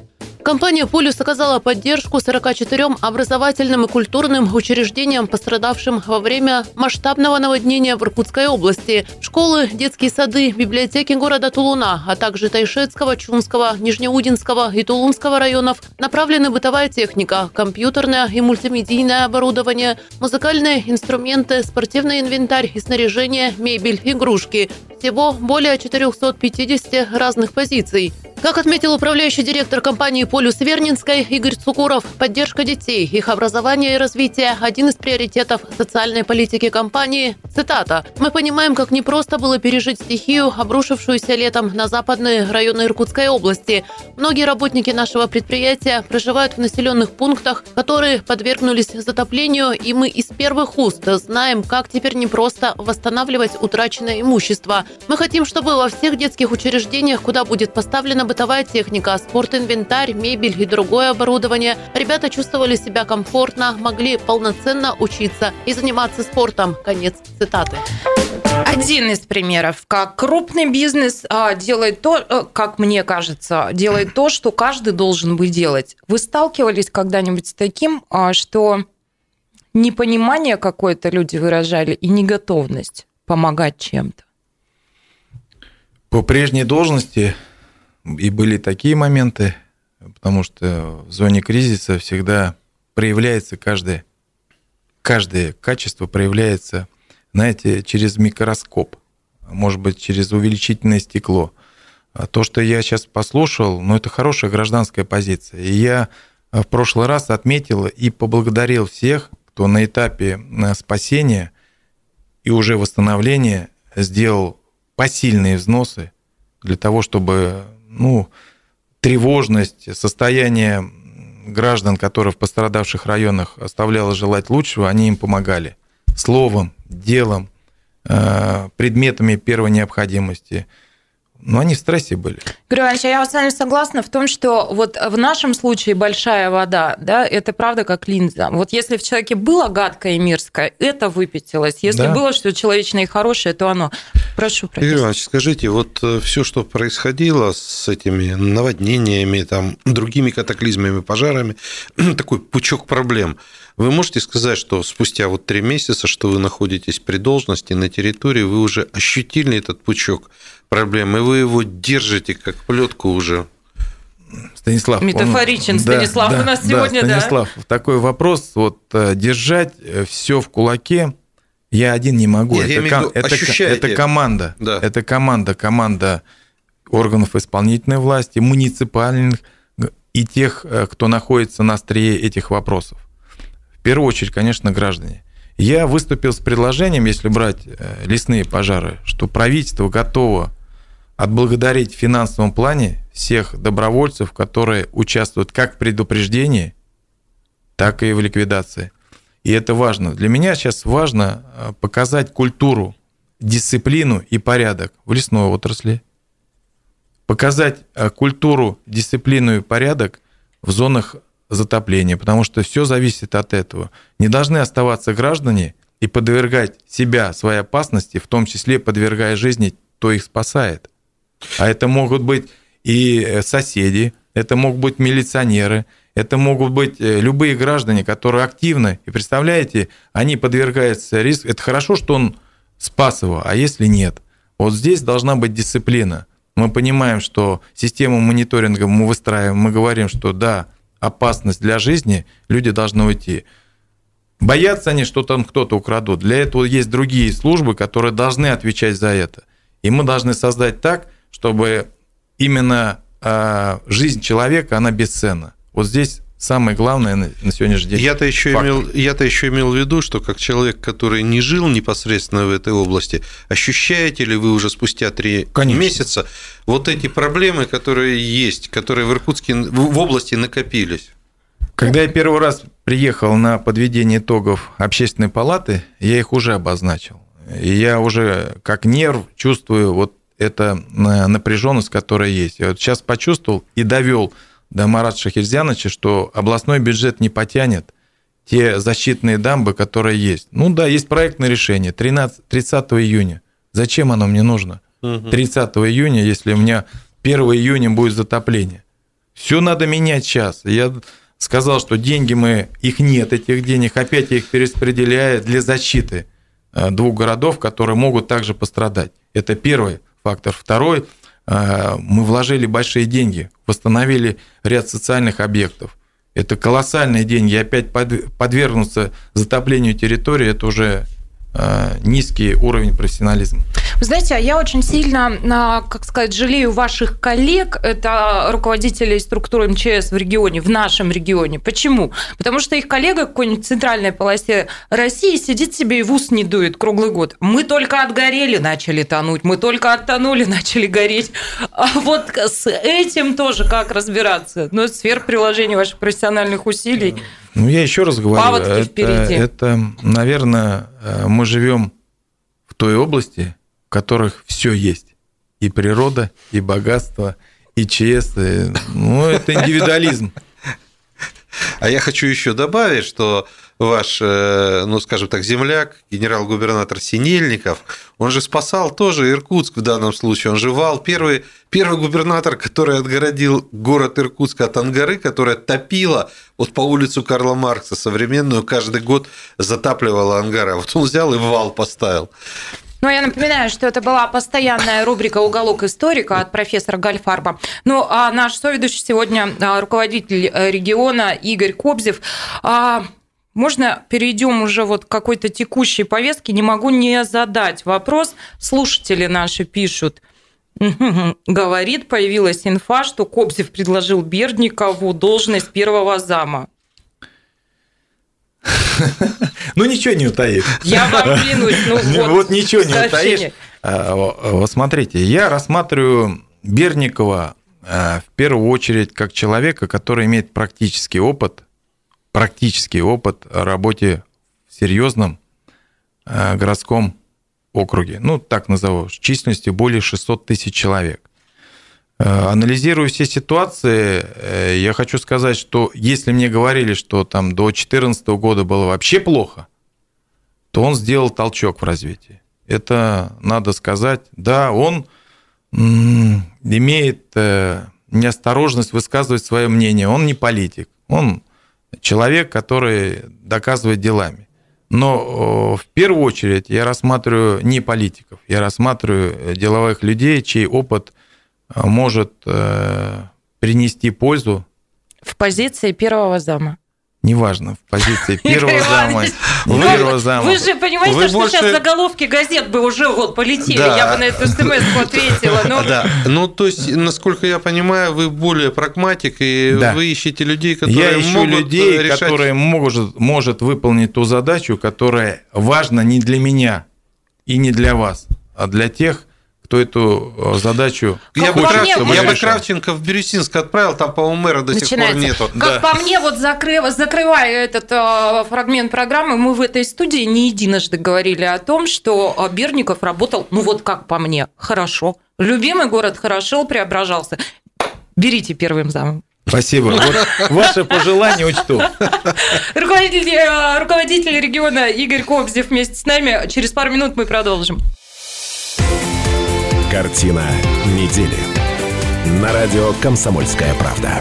Компания «Полюс» оказала поддержку сорока четырем образовательным и культурным учреждениям, пострадавшим во время масштабного наводнения в Иркутской области. Школы, детские сады, библиотеки города Тулуна, а также Тайшетского, Чунского, Нижнеудинского и Тулунского районов направлены бытовая техника, компьютерное и мультимедийное оборудование, музыкальные инструменты, спортивный инвентарь и снаряжение, мебель, игрушки. Всего более четырехсот пятидесяти разных позиций. Как отметил управляющий директор компании «Полюс» Вернинской Игорь Цукуров, поддержка детей, их образование и развитие – один из приоритетов социальной политики компании. Цитата. «Мы понимаем, как непросто было пережить стихию, обрушившуюся летом на западные районы Иркутской области. Многие работники нашего предприятия проживают в населенных пунктах, которые подвергнулись затоплению, и мы из первых уст знаем, как теперь непросто восстанавливать утраченное имущество. Мы хотим, чтобы во всех детских учреждениях, куда будет поставлена бытовая техника, спортинвентарь, мебель и другое оборудование, ребята чувствовали себя комфортно, могли полноценно учиться и заниматься спортом». Конец цитаты. Один из примеров, как крупный бизнес а, делает то, а, как мне кажется, делает то, что каждый должен бы делать. Вы сталкивались когда-нибудь с таким, а, что непонимание какое-то люди выражали и неготовность помогать чем-то? По прежней должности и были такие моменты, потому что в зоне кризиса всегда проявляется каждое, каждое качество проявляется, знаете, через микроскоп, может быть, через увеличительное стекло. То, что я сейчас послушал, ну, это хорошая гражданская позиция. И я в прошлый раз отметил и поблагодарил всех, кто на этапе спасения и уже восстановления сделал посильные взносы для того, чтобы, ну, тревожность, состояние граждан, которые в пострадавших районах оставляло желать лучшего, они им помогали. Словом, делом, предметами первой необходимости. Но они в стрессе были. Григорий Иванович, я с вами согласна в том, что вот в нашем случае большая вода, да, это правда как линза. Вот если в человеке было гадкое и мерзкое, это выпятилось. Если да. было что человечное и хорошее, то оно. Прошу, профессор. Игорь Иванович, скажите, вот все, что происходило с этими наводнениями, там, другими катаклизмами, пожарами, такой пучок проблем. Вы можете сказать, что спустя вот три месяца, что вы находитесь при должности на территории, вы уже ощутили этот пучок проблем, и вы его держите как плетку уже? Станислав. Метафоричен, он, Станислав, да, у нас да, сегодня, да. Станислав, да. Такой вопрос, вот держать все в кулаке я один не могу. Нет, это, ком, это, это команда. Да. Это команда, команда органов исполнительной власти, муниципальных и тех, кто находится на острие этих вопросов. В первую очередь, конечно, граждане. Я выступил с предложением, если брать лесные пожары, что правительство готово отблагодарить в финансовом плане всех добровольцев, которые участвуют как в предупреждении, так и в ликвидации. И это важно. Для меня сейчас важно показать культуру, дисциплину и порядок в лесной отрасли, показать культуру, дисциплину и порядок в зонах затопления, потому что все зависит от этого. Не должны оставаться граждане и подвергать себя своей опасности, в том числе подвергая жизни, кто их спасает. А это могут быть и соседи, это могут быть милиционеры, это могут быть любые граждане, которые активны. И представляете, они подвергаются риску. Это хорошо, что он спас его, а если нет? Вот здесь должна быть дисциплина. Мы понимаем, что систему мониторинга мы выстраиваем, мы говорим, что да, опасность для жизни, люди должны уйти. Боятся они, что там кто-то украдут. Для этого есть другие службы, которые должны отвечать за это. И мы должны создать так, чтобы именно э, жизнь человека, она бесценна. Вот здесь самое главное на, на сегодняшний день. Я-то еще, имел, я-то еще имел в виду, что как человек, который не жил непосредственно в этой области, ощущаете ли вы уже спустя три Конечно. месяца вот эти проблемы, которые есть, которые в Иркутске, в области накопились? Когда я первый раз приехал на подведение итогов общественной палаты, я их уже обозначил. И я уже как нерв чувствую вот эту напряженность, которая есть. Я вот сейчас почувствовал и довел до Марата Шахерзяновича, что областной бюджет не потянет те защитные дамбы, которые есть. Ну да, есть проектное решение тридцатого июня. Зачем оно мне нужно? тридцатого июня, если у меня первого июня будет затопление. Все надо менять сейчас. Я сказал, что деньги мы, их нет, этих денег, опять я их перераспределяю для защиты двух городов, которые могут также пострадать. Это первый фактор. Второй, мы вложили большие деньги, восстановили ряд социальных объектов. Это колоссальные деньги. И опять подвергнуться затоплению территории, это уже низкий уровень профессионализма. Вы знаете, я очень сильно, как сказать, жалею ваших коллег, это руководителей структуры эм че эс в регионе, в нашем регионе. Почему? Потому что их коллега в какой-нибудь центральной полосе России сидит себе и в ус не дует круглый год. Мы только отгорели, начали тонуть, мы только оттонули, начали гореть. А вот с этим тоже как разбираться? Ну, сфера приложения ваших профессиональных усилий. Ну, я еще раз говорю, это, это, наверное, мы живем в той области, в которых все есть. И природа, и богатство, и ЧС. И, ну, это индивидуализм. А я хочу еще добавить, что ваш, ну, скажем так, земляк, генерал-губернатор Синельников, он же спасал тоже Иркутск в данном случае. Он же вал, первый, первый губернатор, который отгородил город Иркутск от Ангары, которая топила вот по улицу Карла Маркса современную, каждый год затапливала Ангара. Вот он взял и вал поставил. Ну, я напоминаю, что это была постоянная рубрика «Уголок историка» от профессора Гальфарба. Ну, а наш соведущий сегодня руководитель региона Игорь Кобзев. Можно перейдем уже вот к какой-то текущей повестке? Не могу не задать вопрос. Слушатели наши пишут. Говорит, появилась инфа, что Кобзев предложил Бердникову должность первого зама. Ну, ничего не утаишь. Я вам клянусь. Ну, вот, вот ничего не утаишь. Вот смотрите, я рассматриваю Бердникова в первую очередь как человека, который имеет практический опыт, практический опыт о работе в серьезном городском округе. Ну, так назову, с численностью более шестьсот тысяч человек. Анализируя все ситуации, я хочу сказать, что если мне говорили, что там до две тысячи четырнадцатого года было вообще плохо, то он сделал толчок в развитии. Это надо сказать. Да, он имеет неосторожность высказывать свое мнение. Он не политик. Он человек, который доказывает делами. Но в первую очередь я рассматриваю не политиков, я рассматриваю деловых людей, чей опыт может принести пользу. В позиции первого зама. Неважно, в позиции первого зама, не первого зама. Вы же понимаете, вы что больше... сейчас заголовки газет бы уже вот полетели, да. Я бы на эту смс-ку ответила. Но... Да. Ну, то есть, насколько я понимаю, вы более прагматик, и да. Вы ищете людей, которые я ищу могут людей, решать... которые может, может выполнить ту задачу, которая важна не для меня и не для вас, а для тех, кто эту задачу я хочет, бы, чтобы я бы решал. Кравченко в Бирюсинск отправил, там, по-моему, мэра до Начинается. сих пор нету. Как да. По мне, вот закрыв, закрывая этот э, фрагмент программы, мы в этой студии не единожды говорили о том, что Бердников работал, ну вот как по мне, хорошо. Любимый город хорошо преображался. Берите первым замом. Спасибо. Вот ваше пожелание учту. Руководитель, руководитель региона Игорь Кобзев вместе с нами. Через пару минут мы продолжим. Картина недели. На радио «Комсомольская правда».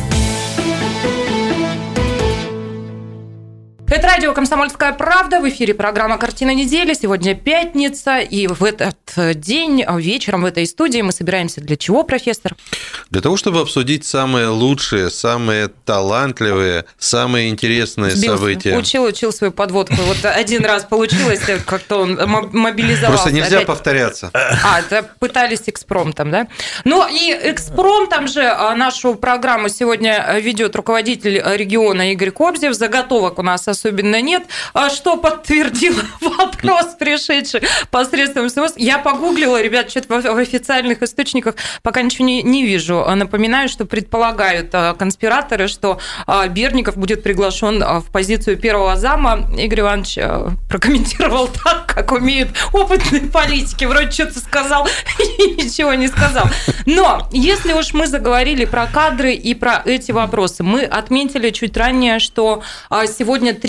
Это радио «Комсомольская правда». В эфире программа «Картина недели». Сегодня пятница, и в этот день, вечером в этой студии мы собираемся для чего, профессор? Для того, чтобы обсудить самые лучшие, самые талантливые, самые интересные Сбился. события. Учил, учил свою подводку. Вот один раз получилось, как-то он мобилизовался. Просто нельзя опять... повторяться. А, это пытались экспромтом, да? Ну и экспромтом же нашу программу сегодня ведет руководитель региона Игорь Кобзев. Заготовок у нас особенно нет, что подтвердил вопрос, пришедший посредством СМС. Я погуглила, ребят, что-то в официальных источниках пока ничего не, не вижу. Напоминаю, что предполагают конспираторы, что Бердников будет приглашен в позицию первого зама. Игорь Иванович прокомментировал так, как умеют опытные политики. Вроде что-то сказал и ничего не сказал. Но если уж мы заговорили про кадры и про эти вопросы, мы отметили чуть ранее, что сегодня три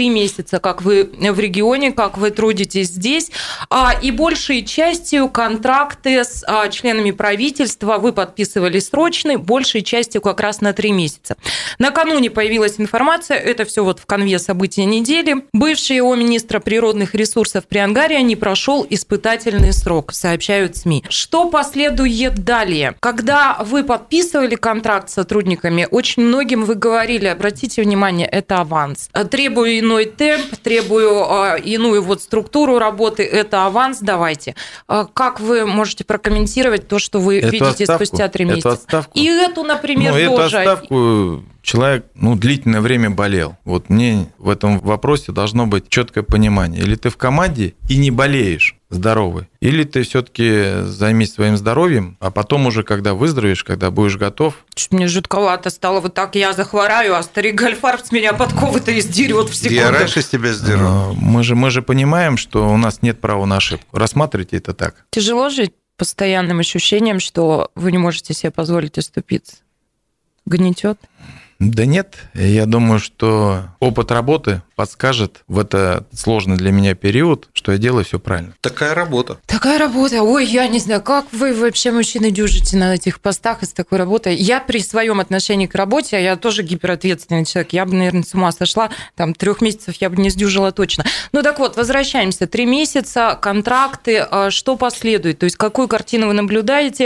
три месяца, как вы в регионе, как вы трудитесь здесь, и большей частью контракты с членами правительства вы подписывали срочные, большей частью как раз на три месяца. Накануне появилась информация, это все вот в конве событий недели. Бывший ООО министра природных ресурсов Приангария не прошел испытательный срок, сообщают СМИ. Что последует далее? Когда вы подписывали контракт с сотрудниками, очень многим вы говорили, обратите внимание, это аванс. Требую иной темп, требую иную вот структуру работы, это аванс, давайте. Как вы можете прокомментировать то, что вы эту видите отставку, спустя три месяца? Эту отставку? И эту, например, ну, тоже. Эту отставку человек ну, длительное время болел. Вот мне в этом вопросе должно быть четкое понимание. Или ты в команде и не болеешь, здоровый, или ты все-таки займись своим здоровьем, а потом уже, когда выздоровеешь, когда будешь готов. Мне жутковато стало. Вот так я захвораю, а старик Гольфарб с меня подковы-то издерет в секунду. Я раньше с тебя сдеру. Мы же, мы же понимаем, что у нас нет права на ошибку. Рассматривайте это так. Тяжело жить постоянным ощущением, что вы не можете себе позволить оступиться? Гнетет? Да нет, я думаю, что опыт работы подскажет в этот сложный для меня период, что я делаю все правильно. Такая работа. Такая работа. Ой, я не знаю, как вы вообще, мужчины, дюжите на этих постах и с такой работой. Я при своем отношении к работе, я тоже гиперответственный человек, я бы, наверное, с ума сошла, там, трех месяцев я бы не сдюжила точно. Ну так вот, возвращаемся. Три месяца, контракты, что последует? То есть какую картину вы наблюдаете?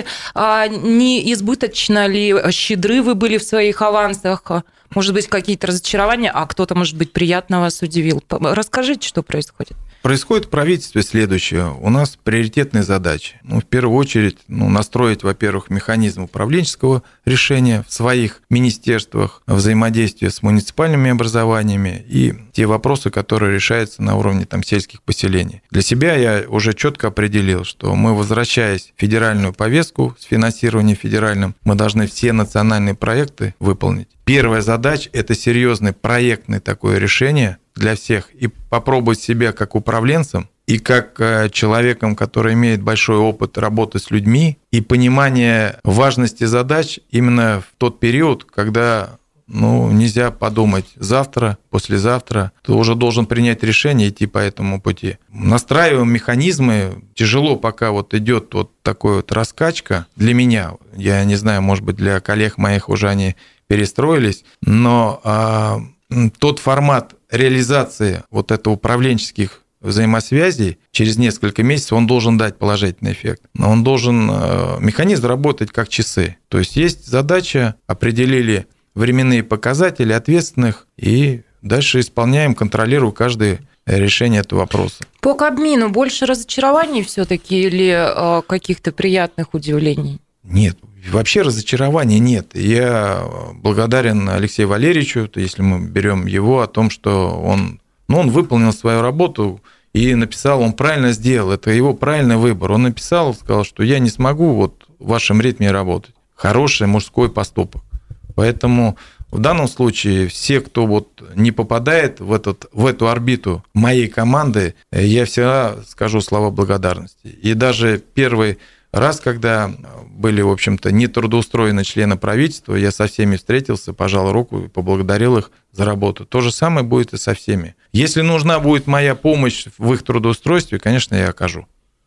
Не избыточно ли щедры вы были в своих авансах? Может быть, какие-то разочарования, а кто-то, может быть, приятно вас удивил. Расскажите, что происходит. Происходит в правительстве следующее. У нас приоритетные задачи. Ну, в первую очередь, ну, настроить, во-первых, механизм управленческого решения в своих министерствах, взаимодействие с муниципальными образованиями и те вопросы, которые решаются на уровне там, сельских поселений. Для себя я уже четко определил, что мы, возвращаясь в федеральную повестку с финансированием федеральным, мы должны все национальные проекты выполнить. Первая задача – это серьезное проектное такое решение для всех и попробовать себя как управленцем и как человеком, который имеет большой опыт работы с людьми и понимание важности задач именно в тот период, когда ну, нельзя подумать завтра, послезавтра. Ты уже должен принять решение идти по этому пути. Настраиваем механизмы. Тяжело, пока вот идет вот такая вот раскачка для меня. Я не знаю, может быть, для коллег моих уже они перестроились, но а, тот формат реализации вот этого управленческих взаимосвязей через несколько месяцев, он должен дать положительный эффект. Но он должен, механизм работать как часы. То есть есть задача, определили временные показатели ответственных, и дальше исполняем, контролируем каждое решение этого вопроса. По Кабмину больше разочарований все-таки или каких-то приятных удивлений? Нет, вообще разочарования нет. Я благодарен Алексею Валерьевичу, если мы берем его, о том, что он, ну, он выполнил свою работу и написал, он правильно сделал, это его правильный выбор. Он написал, сказал, что я не смогу вот в вашем ритме работать. Хороший мужской поступок. Поэтому в данном случае все, кто вот не попадает в, этот, в эту орбиту моей команды, я всегда скажу слова благодарности. И даже первый раз, когда были, в общем-то, нетрудоустроены члены правительства, я со всеми встретился, пожал руку и поблагодарил их за работу. То же самое будет и со всеми. Если нужна будет моя помощь в их трудоустройстве, конечно, я окажу.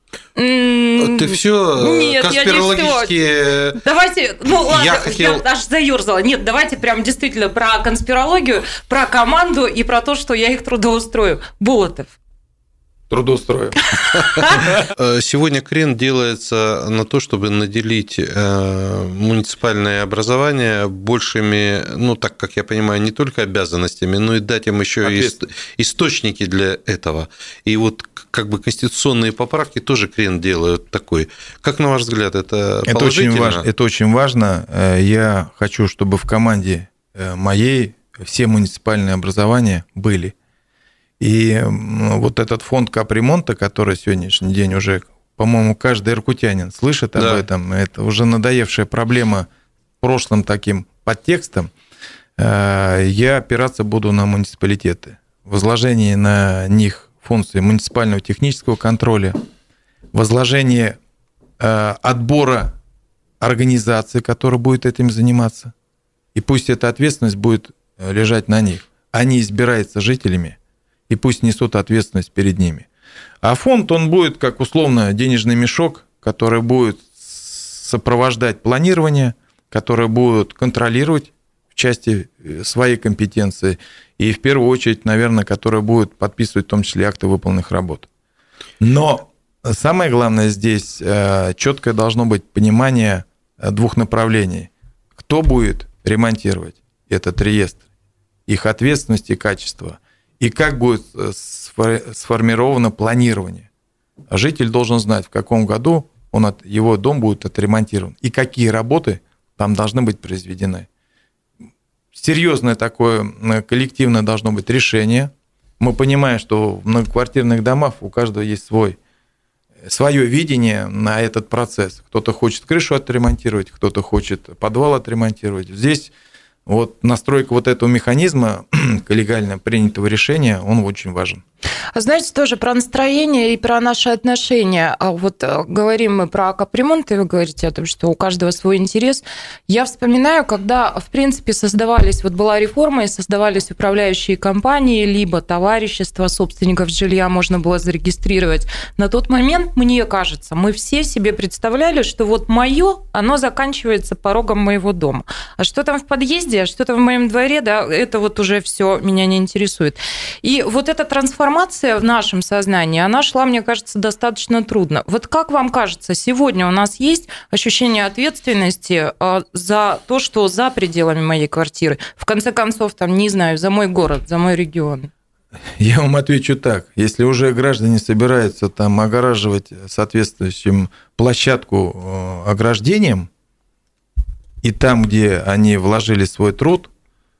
Ты все Нет, конспирологически... Я не давайте, ну ладно, я, хотел... я аж заерзала. Нет, давайте прям действительно про конспирологию, про команду и про то, что я их трудоустрою. Болотов. Трудоустроим. Сегодня крен делается на то, чтобы наделить муниципальное образование большими, ну, так как я понимаю, не только обязанностями, но и дать им еще и источники для этого. И вот как бы конституционные поправки тоже крен делают такой. Как, на ваш взгляд, это это положительно? Очень важно, это очень важно. Я хочу, чтобы в команде моей все муниципальные образования были. И вот этот фонд капремонта, который сегодняшний день уже, по-моему, каждый иркутянин слышит об да. этом, это уже надоевшая проблема прошлым таким подтекстом, я опираться буду на муниципалитеты. Возложение на них функции муниципального технического контроля, возложение отбора организации, которая будет этим заниматься, и пусть эта ответственность будет лежать на них. Они избираются жителями. и пусть несут ответственность перед ними. А фонд, он будет как условно денежный мешок, который будет сопровождать планирование, который будет контролировать в части своей компетенции и в первую очередь, наверное, который будет подписывать в том числе акты выполненных работ. Но самое главное здесь четкое должно быть понимание двух направлений. Кто будет ремонтировать этот реестр, их ответственность и качество, и как будет сформировано планирование. Житель должен знать, в каком году он от, его дом будет отремонтирован и какие работы там должны быть произведены. Серьезное такое коллективное должно быть решение. Мы понимаем, что в многоквартирных домах у каждого есть свой, свое видение на этот процесс. Кто-то хочет крышу отремонтировать, кто-то хочет подвал отремонтировать. Здесь вот настройка вот этого механизма коллегиально принятого решения, он очень важен. Знаете, тоже про настроение и про наши отношения. Вот говорим мы про капремонт, и вы говорите о том, что у каждого свой интерес. Я вспоминаю, когда, в принципе, создавались, вот была реформа, и создавались управляющие компании, либо товарищества собственников жилья можно было зарегистрировать. На тот момент, мне кажется, мы все себе представляли, что вот мое, оно заканчивается порогом моего дома. А что там в подъезде, а что там в моем дворе, да, это вот уже все меня не интересует. И вот эта трансформация в нашем сознании, она шла, мне кажется, достаточно трудно. Вот как вам кажется, сегодня у нас есть ощущение ответственности за то, что за пределами моей квартиры? В конце концов, там, не знаю, за мой город, за мой регион. Я вам отвечу так. Если уже граждане собираются там огораживать соответствующим площадку ограждением, и там, где они вложили свой труд,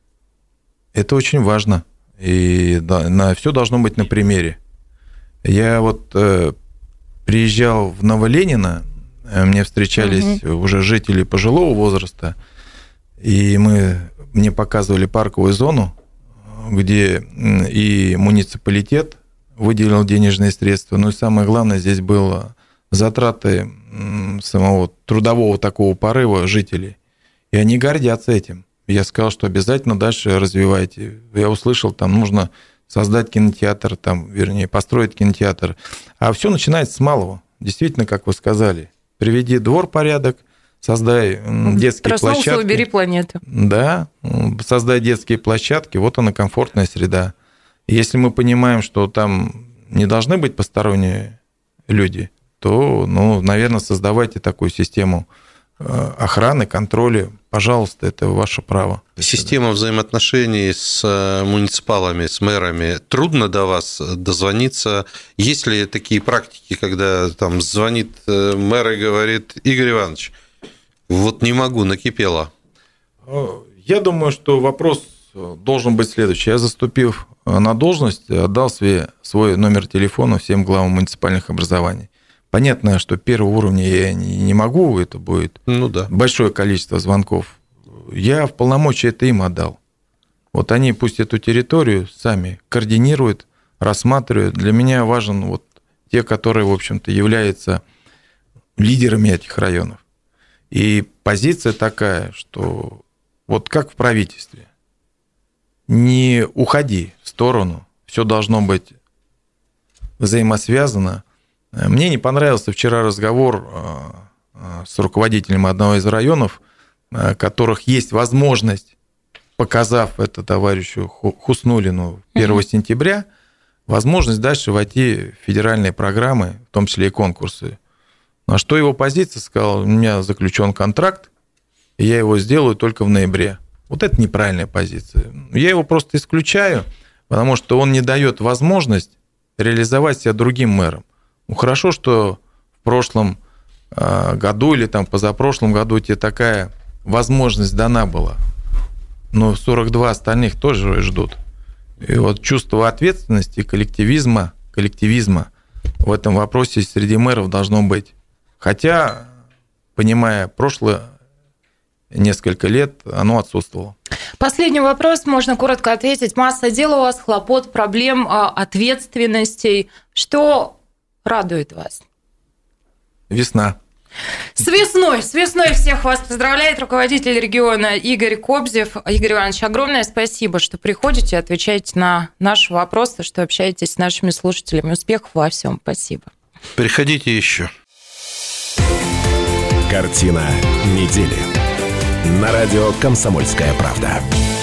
это очень важно. И на, все должно быть на примере. Я вот э, приезжал в Новоленино, мне встречались угу. уже жители пожилого возраста, и мы, мне показывали парковую зону, где и муниципалитет выделил денежные средства, но и самое главное, здесь было затраты самого трудового такого порыва жителей, и они гордятся этим. Я сказал, что обязательно дальше развивайте. Я услышал, там нужно создать кинотеатр, там, вернее, построить кинотеатр. А все начинается с малого. Действительно, как вы сказали. Приведи двор в порядок, создай детские Проснулся, площадки. Убери планету. Да, создай детские площадки, вот она, комфортная среда. И если мы понимаем, что там не должны быть посторонние люди, то, ну, наверное, создавайте такую систему охраны, контроля, пожалуйста, это ваше право. Система взаимоотношений с муниципалами, с мэрами. Трудно до вас дозвониться? Есть ли такие практики, когда там звонит мэр и говорит: Игорь Иванович, вот не могу, накипело? Я думаю, что вопрос должен быть следующий. Я, заступив на должность, отдал свой, свой номер телефона всем главам муниципальных образований. Понятно, что первого уровня я не могу, это будет ну, да. большое количество звонков. Я в полномочия это им отдал. Вот они пусть эту территорию сами координируют, рассматривают. Для меня важен вот те, которые, в общем-то, являются лидерами этих районов. И позиция такая, что вот как в правительстве. Не уходи в сторону, все должно быть взаимосвязано. Мне не понравился вчера разговор с руководителем одного из районов, у которых есть возможность, показав это товарищу Хуснуллину первого сентября, возможность дальше войти в федеральные программы, в том числе и конкурсы. На что его позиция сказала: у меня заключен контракт, и я его сделаю только в ноябре. Вот это неправильная позиция. Я его просто исключаю, потому что он не дает возможность реализовать себя другим мэрам. Ну, хорошо, что в прошлом году или там позапрошлом году тебе такая возможность дана была, но сорок два остальных тоже ждут. И вот чувство ответственности, коллективизма, коллективизма в этом вопросе среди мэров должно быть. Хотя, понимая прошлое, несколько лет оно отсутствовало. Последний вопрос, можно коротко ответить. Масса дел у вас, хлопот, проблем, ответственностей. Что радует вас? Весна. С весной, с весной всех вас поздравляет руководитель региона Игорь Кобзев. Игорь Иванович, огромное спасибо, что приходите, отвечаете на наши вопросы, что общаетесь с нашими слушателями. Успехов во всем. Спасибо. Приходите еще. Картина недели. На радио «Комсомольская правда».